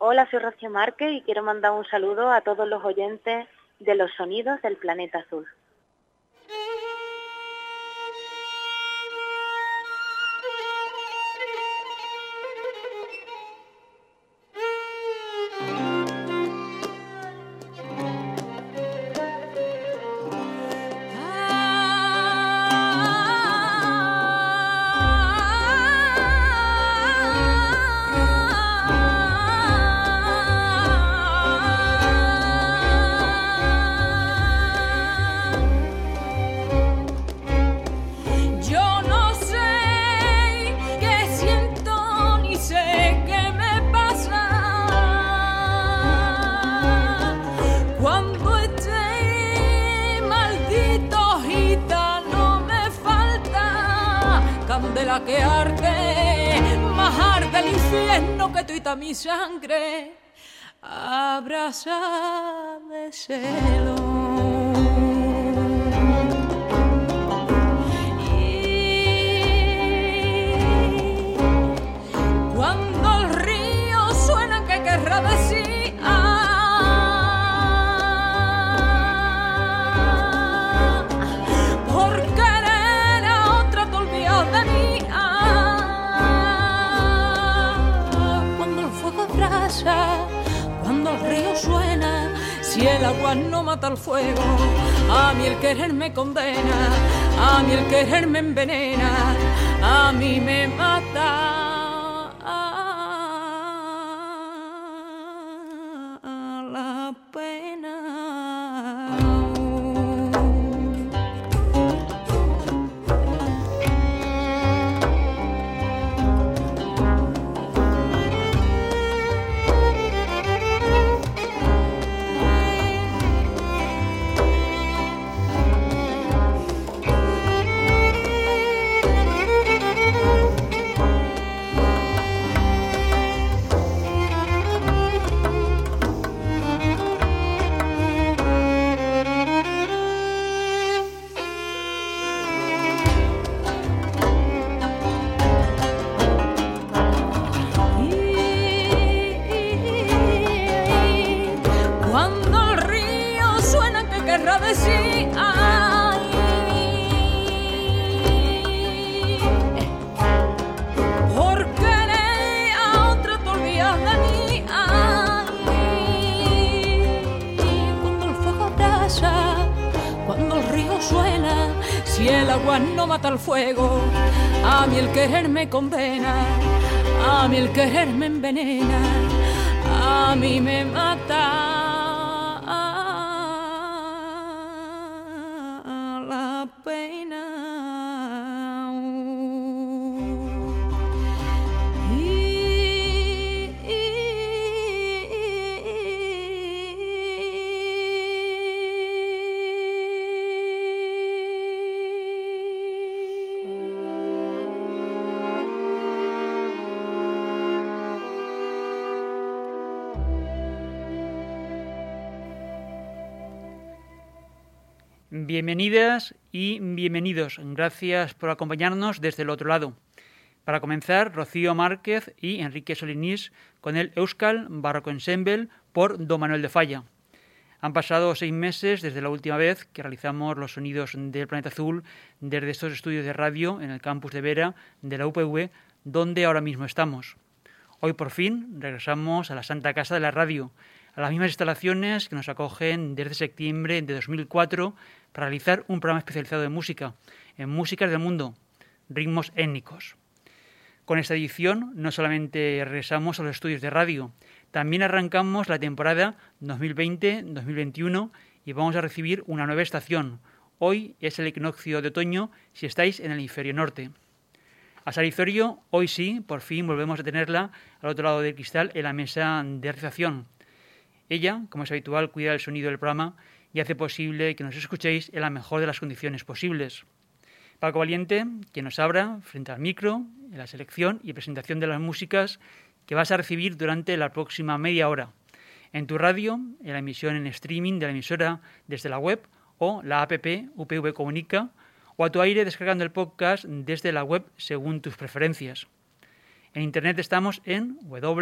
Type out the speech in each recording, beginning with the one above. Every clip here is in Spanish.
Hola, soy Rocío Márquez y quiero mandar un saludo a todos los oyentes de los sonidos del planeta azul. Que arde, más arde el infierno que tuita mi sangre, abraza de celo. Y cuando el río suena, ¿qué querrá decir? Cuando el río suena, si el agua no mata el fuego, a mí el querer me condena, a mí el querer me envenena, a mí me mata la pena. Si el agua no mata el fuego, a mí el querer me condena, a mí el querer me envenena, a mí me mata la pena. Bienvenidas y bienvenidos. Gracias por acompañarnos desde el otro lado. Para comenzar, Rocío Márquez y Enrique Solinís con el Euskal Barroco Ensemble por Don Manuel de Falla. Han pasado 6 meses desde la última vez que realizamos los sonidos del Planeta Azul desde estos estudios de radio en el campus de Vera de la UPV, donde ahora mismo estamos. Hoy por fin regresamos a la Santa Casa de la Radio, a las mismas instalaciones que nos acogen desde septiembre de 2004 para realizar un programa especializado en músicas del mundo, ritmos étnicos. Con esta edición no solamente regresamos a los estudios de radio, también arrancamos la temporada 2020-2021 y vamos a recibir una nueva estación. Hoy es el equinoccio de otoño si estáis en el hemisferio norte. A Sara Izorio, hoy sí, por fin volvemos a tenerla al otro lado del cristal en la mesa de realización. Ella, como es habitual, cuida del sonido del programa y hace posible que nos escuchéis en la mejor de las condiciones posibles. Paco Valiente, quien nos abra frente al micro, en la selección y presentación de las músicas que vas a recibir durante la próxima media hora. En tu radio, en la emisión en streaming de la emisora desde la web o la app UPV Comunica, o a tu aire descargando el podcast desde la web según tus preferencias. En internet estamos en www.upv.eus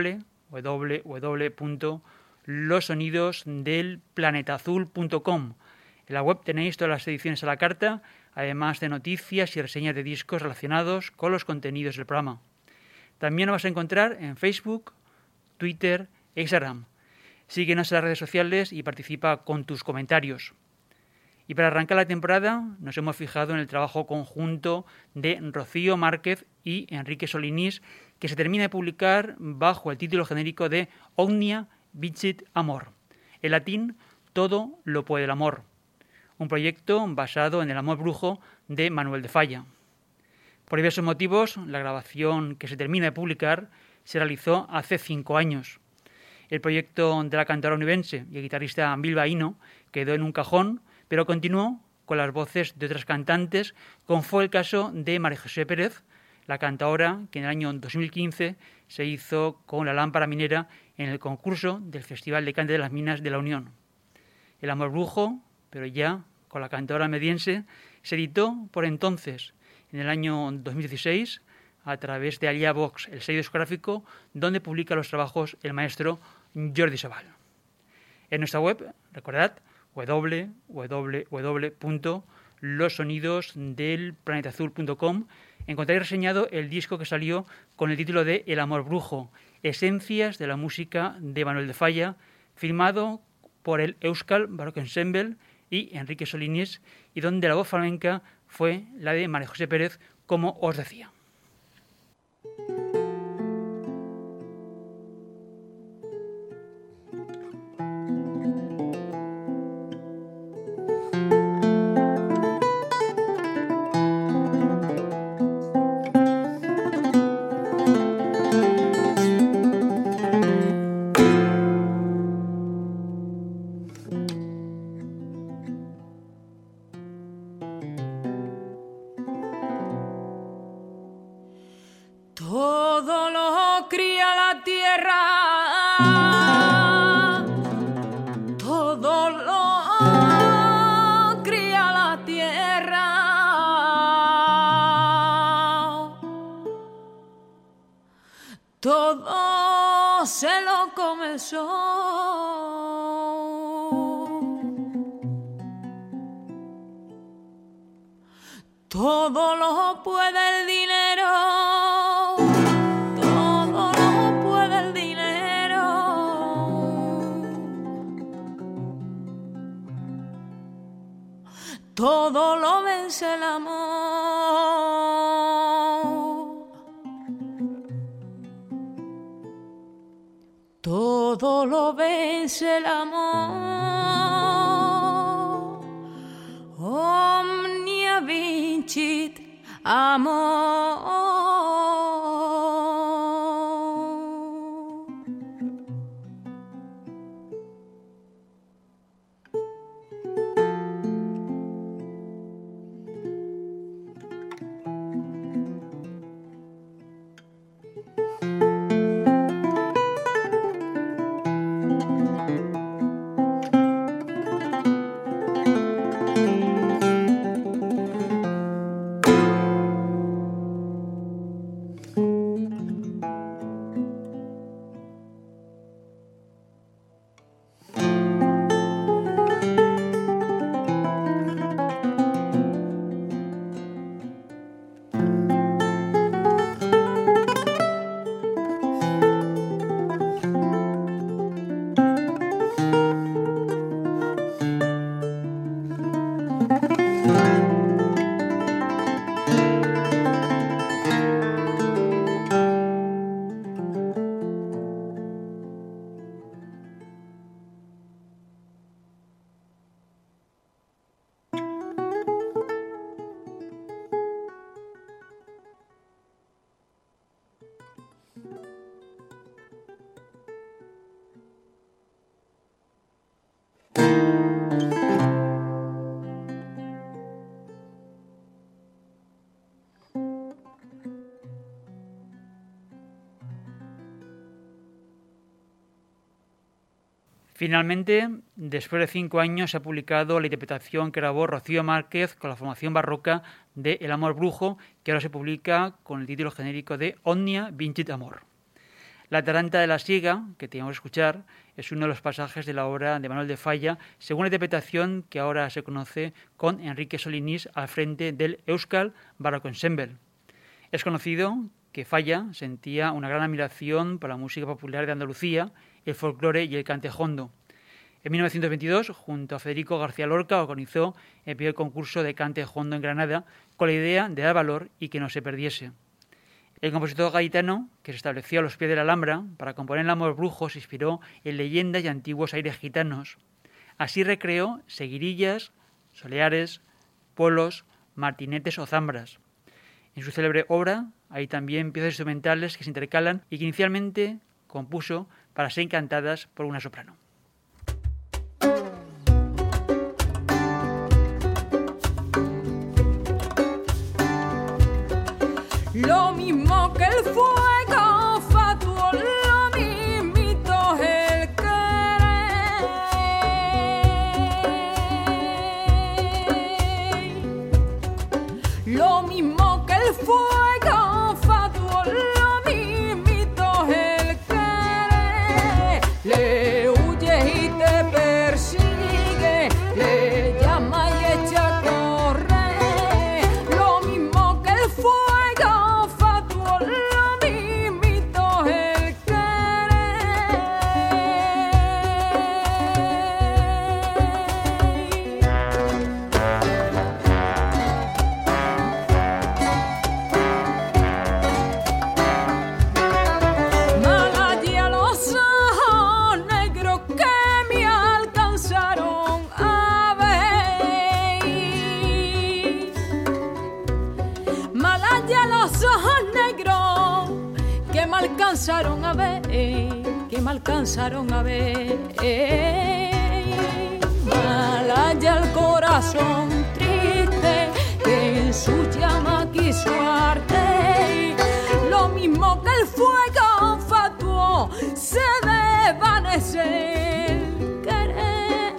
www.losonidosdelplanetazul.com. En la web tenéis todas las ediciones a la carta, además de noticias y reseñas de discos relacionados con los contenidos del programa. También lo vas a encontrar en Facebook, Twitter e Instagram. Síguenos en las redes sociales y participa con tus comentarios. Y para arrancar la temporada nos hemos fijado en el trabajo conjunto de Rocío Márquez y Enrique Solinís, que se termina de publicar bajo el título genérico de Omnia Vincit Amor. En latín, todo lo puede el amor. Un proyecto basado en el amor brujo de Manuel de Falla. Por diversos motivos, la grabación que se termina de publicar se realizó hace 5 años. El proyecto de la cantautora onubense y el guitarrista bilbaíno quedó en un cajón, pero continuó con las voces de otras cantantes, como fue el caso de María José Pérez, la cantautora que en el año 2015 se hizo con La lámpara minera en el concurso del Festival de Cante de las Minas de la Unión. El amor brujo, pero ya con la cantautora almeriense, se editó por entonces, en el año 2016, a través de Alia Vox, el sello discográfico donde publica los trabajos el maestro Jordi Sabal. En nuestra web, recordad, www.losonidosdelplanetazul.com, encontráis reseñado el disco que salió con el título de El amor brujo, esencias de la música de Manuel de Falla, firmado por el Euskal Baroque Ensemble y Enrique Solinís, y donde la voz flamenca fue la de María José Pérez, como os decía. Todo lo cría la tierra, todo lo cría la tierra, todo se lo come el sol, todo lo puede el dinero. Todo lo vence el amor. Todo lo vence el amor. Omnia vincit amor. Finalmente, después de 5 años, se ha publicado la interpretación que grabó Rocío Márquez con la formación barroca de El amor brujo, que ahora se publica con el título genérico de Omnia Vincit Amor. La Taranta de la Siega, que teníamos que escuchar, es uno de los pasajes de la obra de Manuel de Falla, según la interpretación que ahora se conoce con Enrique Solinís al frente del Euskal Barroco Ensemble. Es conocido que Falla sentía una gran admiración por la música popular de Andalucía, el folclore y el cantejondo. En 1922, junto a Federico García Lorca, organizó el primer concurso de cantejondo en Granada con la idea de dar valor y que no se perdiese. El compositor gaditano, que se estableció a los pies de la Alhambra para componer el Amor Brujo, se inspiró en leyendas y antiguos aires gitanos. Así recreó seguirillas, soleares, polos, martinetes o zambras. En su célebre obra hay también piezas instrumentales que se intercalan y que inicialmente compuso para ser cantadas por una soprano. Lo mismo que el fuego fatuo, lo mismito el querer. Lo mismo que el fuego fatuo, lo mismito el querer. Le huye y te persigue, le llama y echa a correr. Lo mismo que el fuego alcanzaron a ver, que me alcanzaron a ver. Malaya el corazón triste que en su llama quiso arder. Lo mismo que el fuego fatuo se desvanece el querer.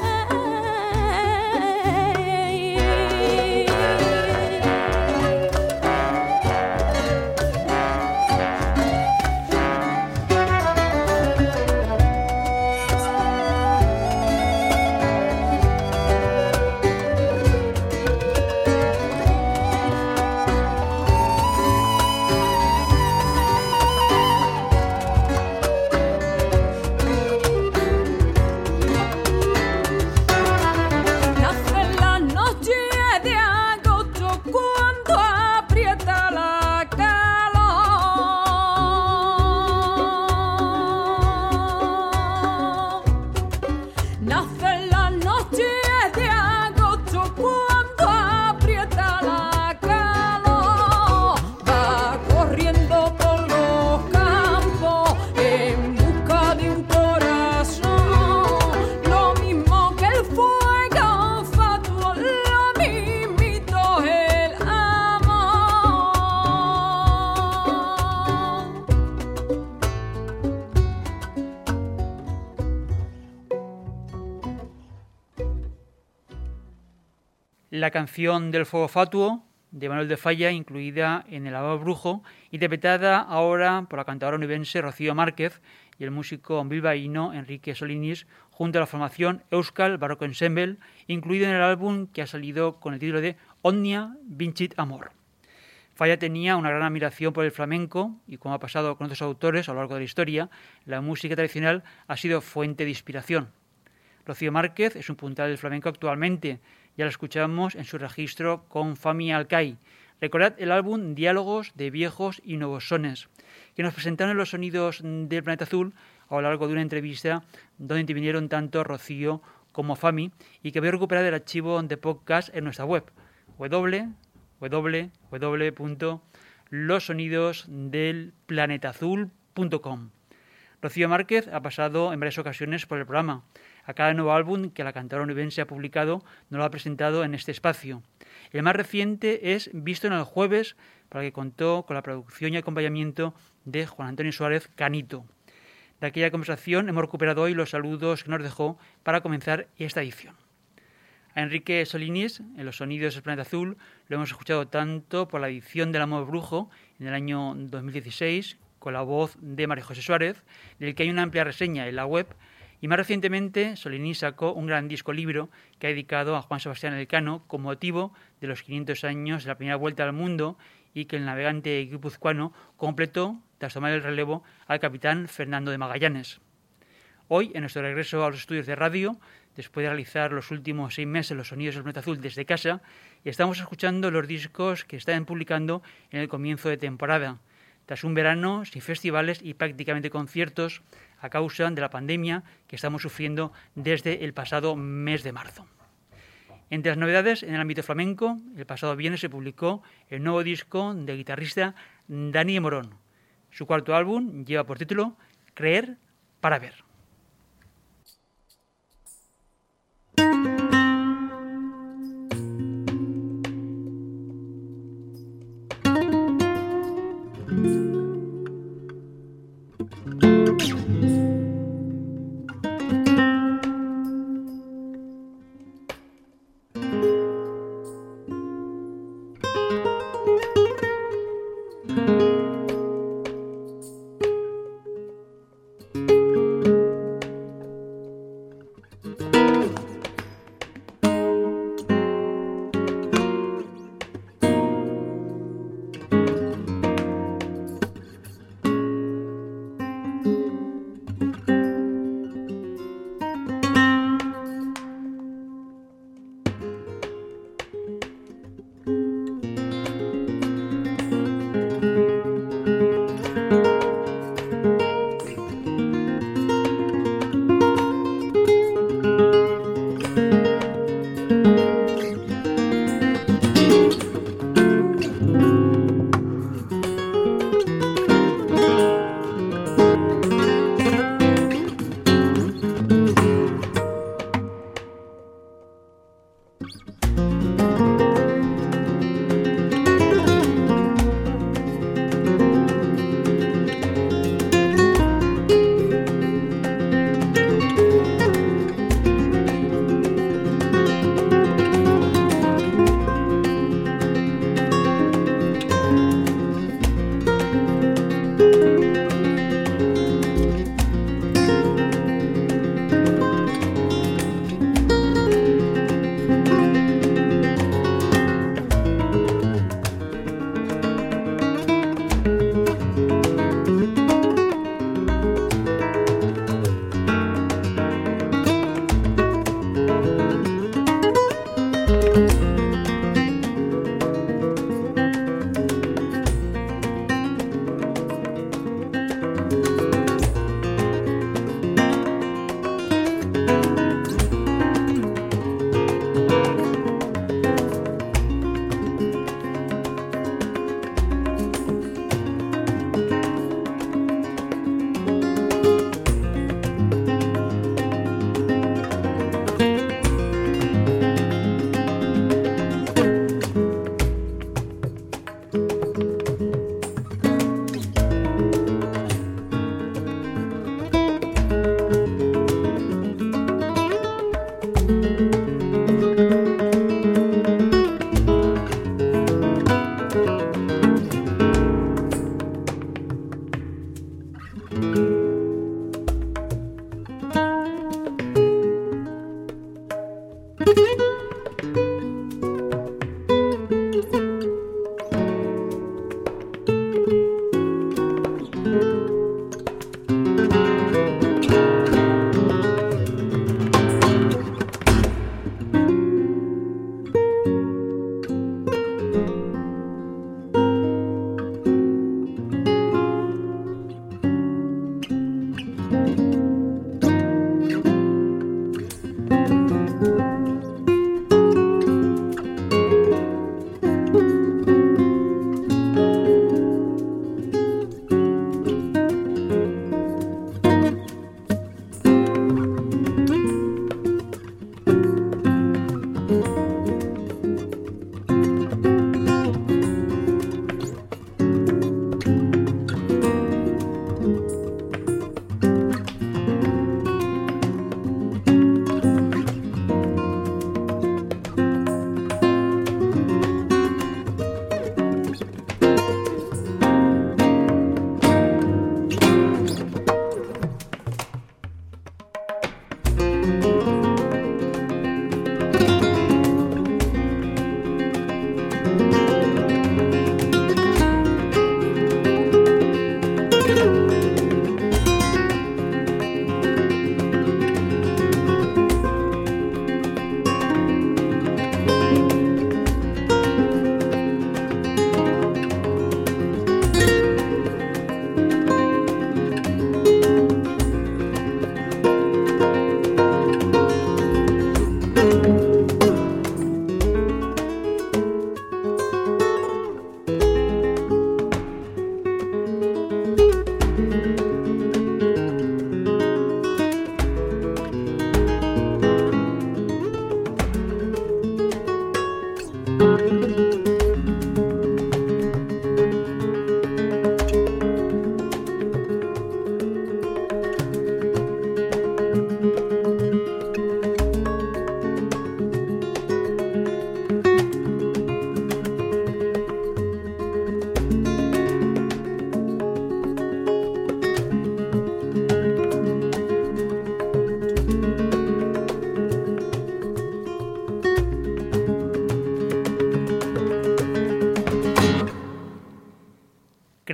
La canción del fuego fatuo de Manuel de Falla, incluida en El Amor Brujo, interpretada ahora por la cantadora onubense Rocío Márquez y el músico bilbaíno Enrique Solinís, junto a la formación Euskal Barroco Ensemble, incluido en el álbum que ha salido con el título de Omnia Vincit Amor. Falla tenía una gran admiración por el flamenco y, como ha pasado con otros autores a lo largo de la historia, la música tradicional ha sido fuente de inspiración. Rocío Márquez es un puntal del flamenco actualmente. Ya lo escuchamos en su registro con Fami Alcai. Recordad el álbum Diálogos de Viejos y Nuevos Sones, que nos presentaron los sonidos del Planeta Azul a lo largo de una entrevista donde intervinieron tanto Rocío como Fami y que voy a recuperar del archivo de podcast en nuestra web www.losonidosdelplanetazul.com. Rocío Márquez ha pasado en varias ocasiones por el programa. A cada nuevo álbum que la cantadora onubense ha publicado nos lo ha presentado en este espacio. El más reciente es Visto en el Jueves, para el que contó con la producción y acompañamiento de Juan Antonio Suárez Canito. De aquella conversación hemos recuperado hoy los saludos que nos dejó para comenzar esta edición. A Enrique Solinís, en los sonidos del Planeta Azul, lo hemos escuchado tanto por la edición del Amor Brujo en el año 2016, con la voz de María José Suárez, del que hay una amplia reseña en la web, y más recientemente Solinís sacó un gran disco libro que ha dedicado a Juan Sebastián Elcano con motivo de los 500 años de la primera vuelta al mundo y que el navegante guipuzcoano completó tras tomar el relevo al capitán Fernando de Magallanes. Hoy, en nuestro regreso a los estudios de radio, después de realizar los últimos 6 meses los sonidos del planeta azul desde casa, estamos escuchando los discos que están publicando en el comienzo de temporada, tras un verano sin festivales y prácticamente conciertos a causa de la pandemia que estamos sufriendo desde el pasado mes de marzo. Entre las novedades en el ámbito flamenco, el pasado viernes se publicó el nuevo disco del guitarrista Dani Morón. Su cuarto álbum lleva por título Creer para ver.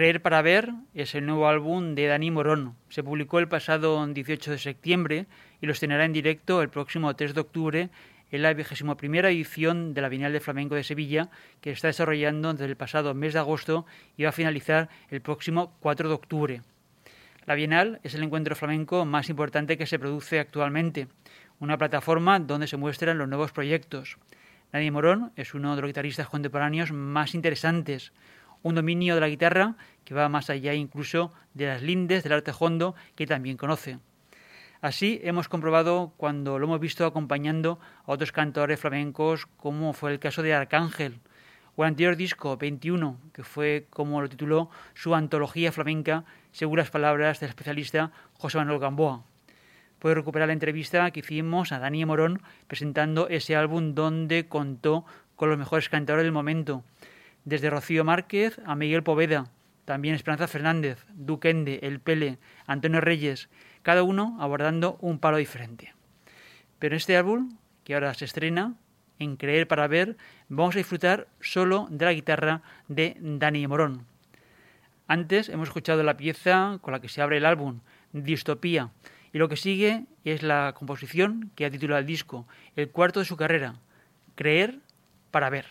Creer para ver es el nuevo álbum de Dani Morón. Se publicó el pasado 18 de septiembre y lo estrenará en directo el próximo 3 de octubre en la 21ª edición de la Bienal de Flamenco de Sevilla, que se está desarrollando desde el pasado mes de agosto y va a finalizar el próximo 4 de octubre. La Bienal es el encuentro flamenco más importante que se produce actualmente, una plataforma donde se muestran los nuevos proyectos. Dani Morón es uno de los guitarristas contemporáneos más interesantes, un dominio de la guitarra que va más allá incluso de las lindes del arte hondo que también conoce. Así hemos comprobado cuando lo hemos visto acompañando a otros cantadores flamencos, como fue el caso de Arcángel, o el anterior disco, 21, que fue, como lo tituló, su antología flamenca, según las palabras del especialista José Manuel Gamboa. Puedes recuperar la entrevista que hicimos a Dani Morón presentando ese álbum donde contó con los mejores cantadores del momento, desde Rocío Márquez a Miguel Poveda, también Esperanza Fernández, Duquende, El Pele, Antonio Reyes, cada uno abordando un palo diferente. Pero en este álbum, que ahora se estrena, en Creer para ver, vamos a disfrutar solo de la guitarra de Dani Morón. Antes hemos escuchado la pieza con la que se abre el álbum, Distopía, y lo que sigue es la composición que ha titulado el disco, el cuarto de su carrera, Creer para ver.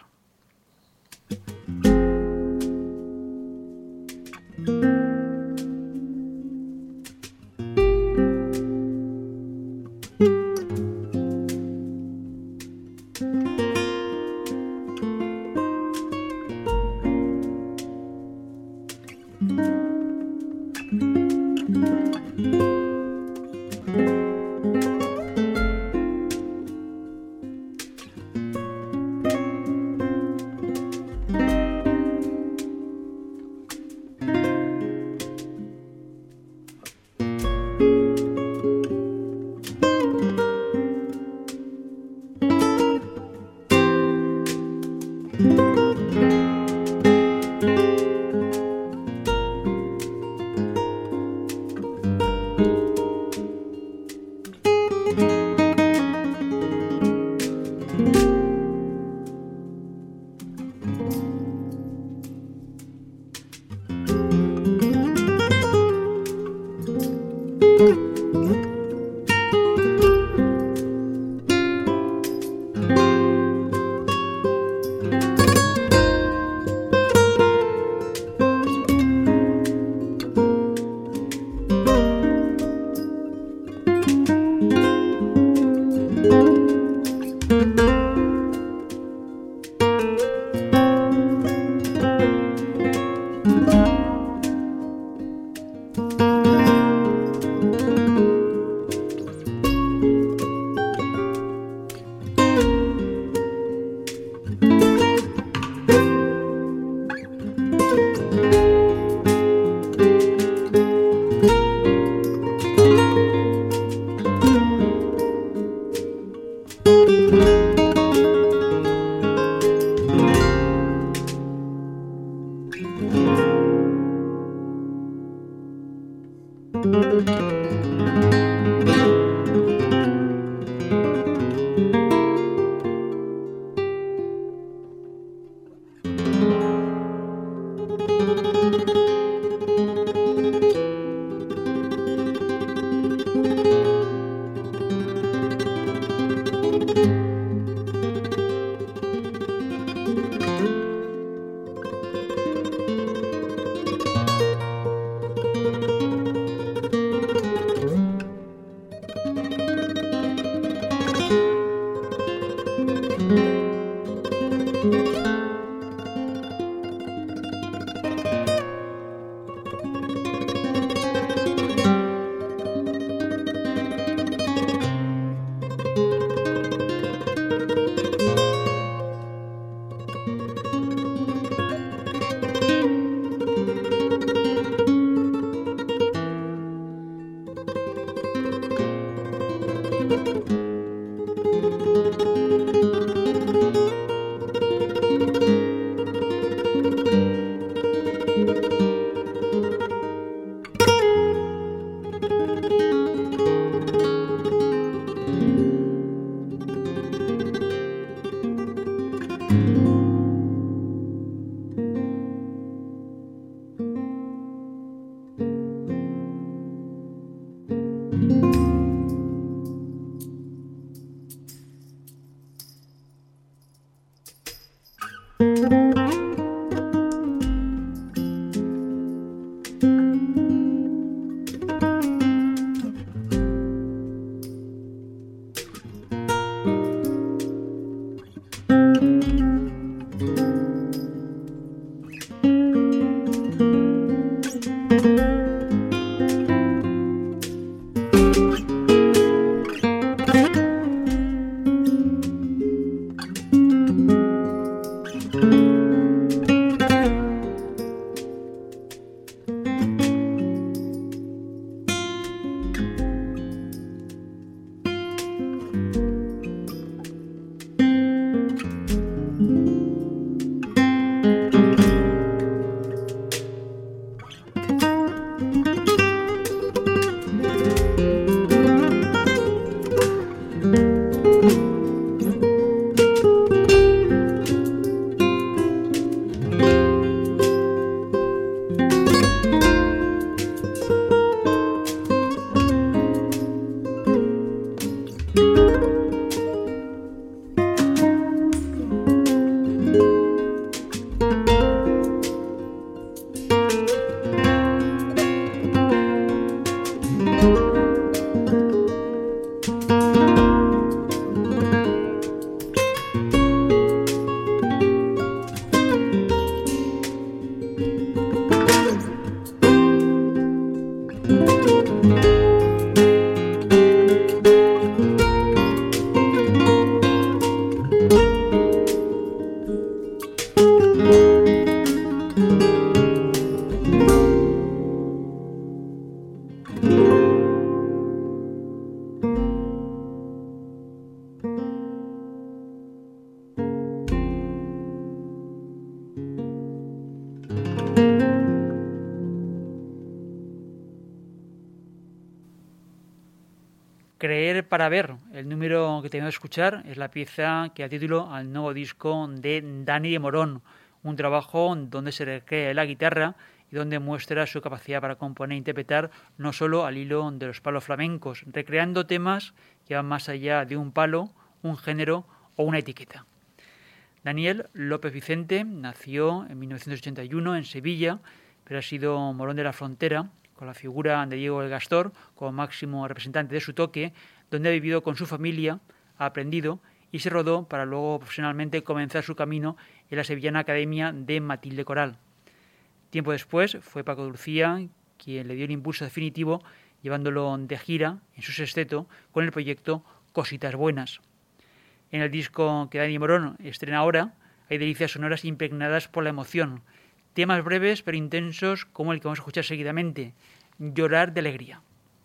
Creer para ver, el número que tenemos que escuchar, es la pieza que da título al nuevo disco de Dani de Morón, un trabajo donde se recrea la guitarra y donde muestra su capacidad para componer e interpretar no solo al hilo de los palos flamencos, recreando temas que van más allá de un palo, un género o una etiqueta. Daniel López Vicente nació en 1981 en Sevilla, pero ha sido morón de la frontera, con la figura de Diego el Gastor como máximo representante de su toque, donde ha vivido con su familia, ha aprendido y se rodó para luego profesionalmente comenzar su camino en la sevillana Academia de Matilde Coral. Tiempo después fue Paco de Lucía quien le dio el impulso definitivo, llevándolo de gira en su sexteto con el proyecto Cositas Buenas. En el disco que Dani Morón estrena ahora hay delicias sonoras impregnadas por la emoción, temas breves pero intensos como el que vamos a escuchar seguidamente, Llorar de alegría.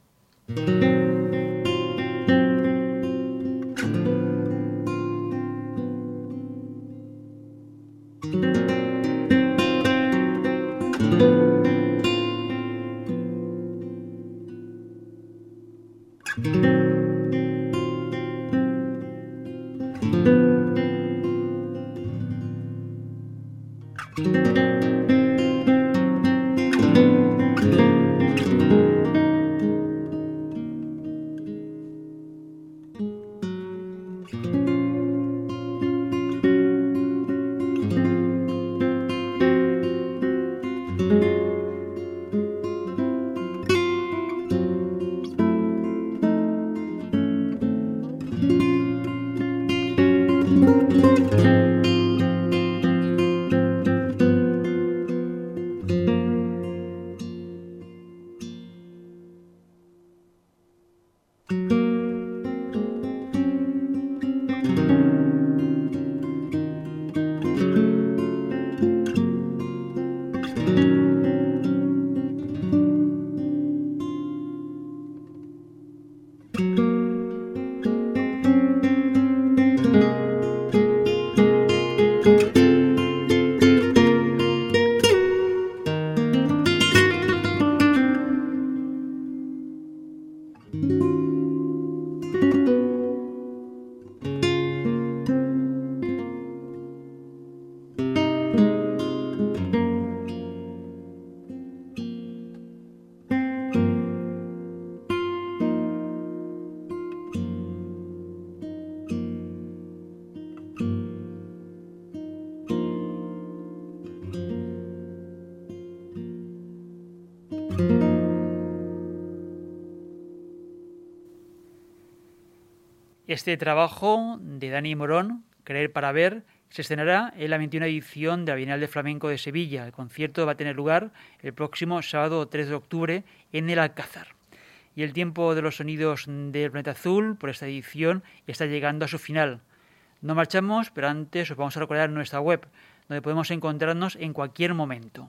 Este trabajo de Dani Morón, Creer para ver, se estrenará en la 21ª edición de la Bienal de Flamenco de Sevilla. El concierto va a tener lugar el próximo sábado 3 de octubre en el Alcázar. Y el tiempo de los sonidos del Planeta Azul por esta edición está llegando a su final. No marchamos, pero antes os vamos a recordar nuestra web, donde podemos encontrarnos en cualquier momento.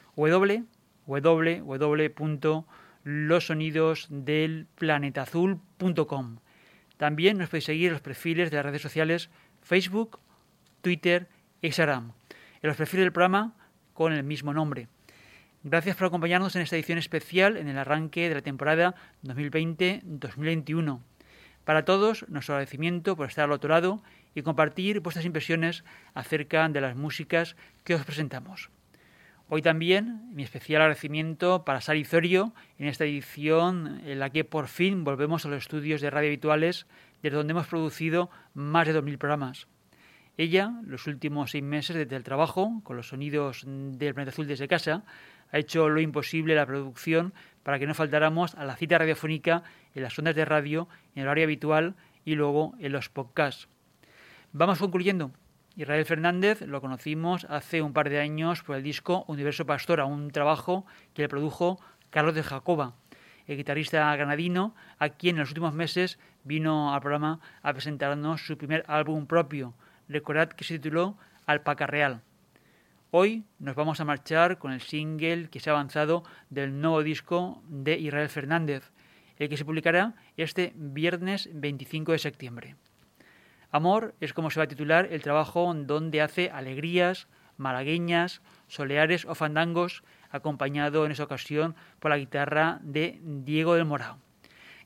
www.losonidosdelplanetazul.com. También nos podéis seguir en los perfiles de las redes sociales Facebook, Twitter e Instagram. En los perfiles del programa con el mismo nombre. Gracias por acompañarnos en esta edición especial en el arranque de la temporada 2020-2021. Para todos, nuestro agradecimiento por estar al otro lado y compartir vuestras impresiones acerca de las músicas que os presentamos. Hoy también mi especial agradecimiento para Sari Zorio en esta edición en la que por fin volvemos a los estudios de radio habituales desde donde hemos producido más de 2.000 programas. Ella, los últimos 6 meses desde el trabajo, con los sonidos del Planeta Azul desde casa, ha hecho lo imposible la producción para que no faltáramos a la cita radiofónica en las ondas de radio, en el horario habitual y luego en los podcasts. Vamos concluyendo. Israel Fernández lo conocimos hace un par de años por el disco Universo Pastora, un trabajo que le produjo Carlos de Jacoba, el guitarrista granadino, a quien en los últimos meses vino al programa a presentarnos su primer álbum propio. Recordad que se tituló Alpaca Real. Hoy nos vamos a marchar con el single que se ha avanzado del nuevo disco de Israel Fernández, el que se publicará este viernes 25 de septiembre. Amor es como se va a titular el trabajo donde hace alegrías, malagueñas, soleares o fandangos, acompañado en esa ocasión por la guitarra de Diego del Morao.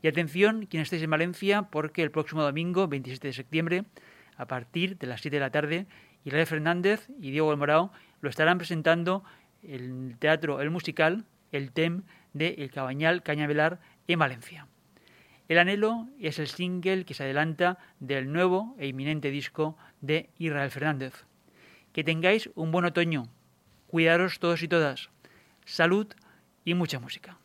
Y atención, quien estéis en Valencia, porque el próximo domingo, 27 de septiembre, a partir de las 7 de la tarde, Israel Fernández y Diego El Morao lo estarán presentando en el Teatro El Musical, el TEM de El Cabañal Cañavelar en Valencia. El Anhelo es el single que se adelanta del nuevo e inminente disco de Israel Fernández. Que tengáis un buen otoño. Cuidaros todos y todas. Salud y mucha música.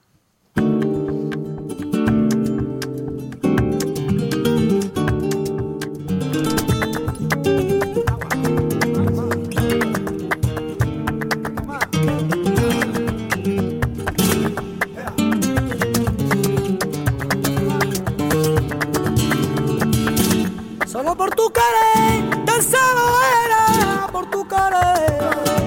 Solo por tu querer, tan solo era por tu querer.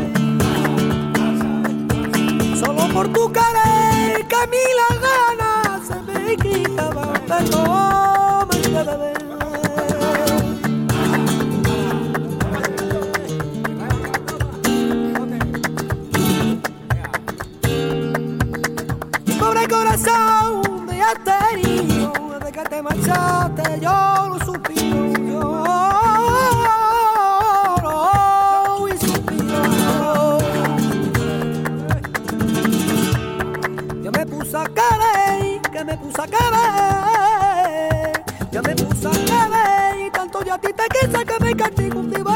Solo por tu querer, que a mí las ganas se me quitaban de comer de beber. Mi pobre corazón de aterío, desde que te marchaste yo lo suspiro. Que me puse a querer, yo me puse a querer y tanto yo a ti te quise que me castigo un día.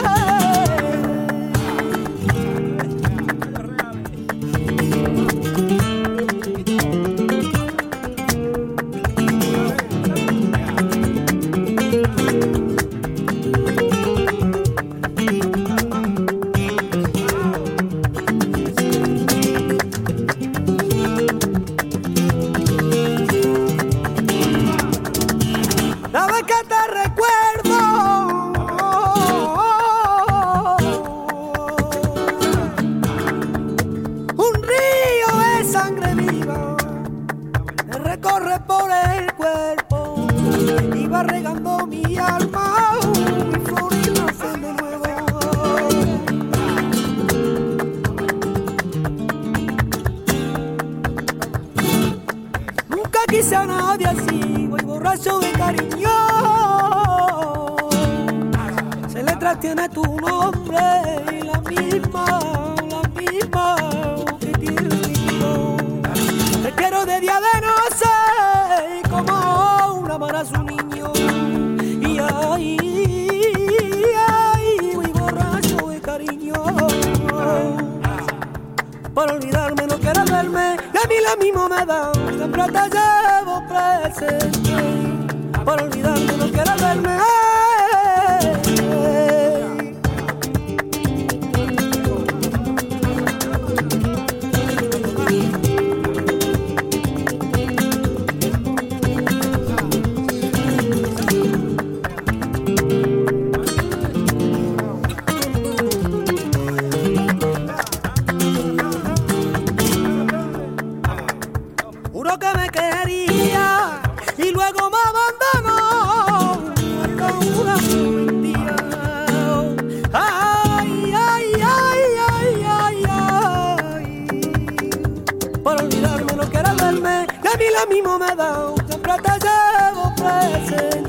Quise a nadie así, voy borracho de cariño. Se le trastiene tu nombre y la misma que tiene mío. Te quiero de día de noche como una mara a su niño. Y ay, voy borracho de cariño. Para olvidarme no quieres verme, y a mí la misma me da, siempre te llevo presente. Para olvidarme no quieres verme, a mí la misma me da, siempre te llevo presente.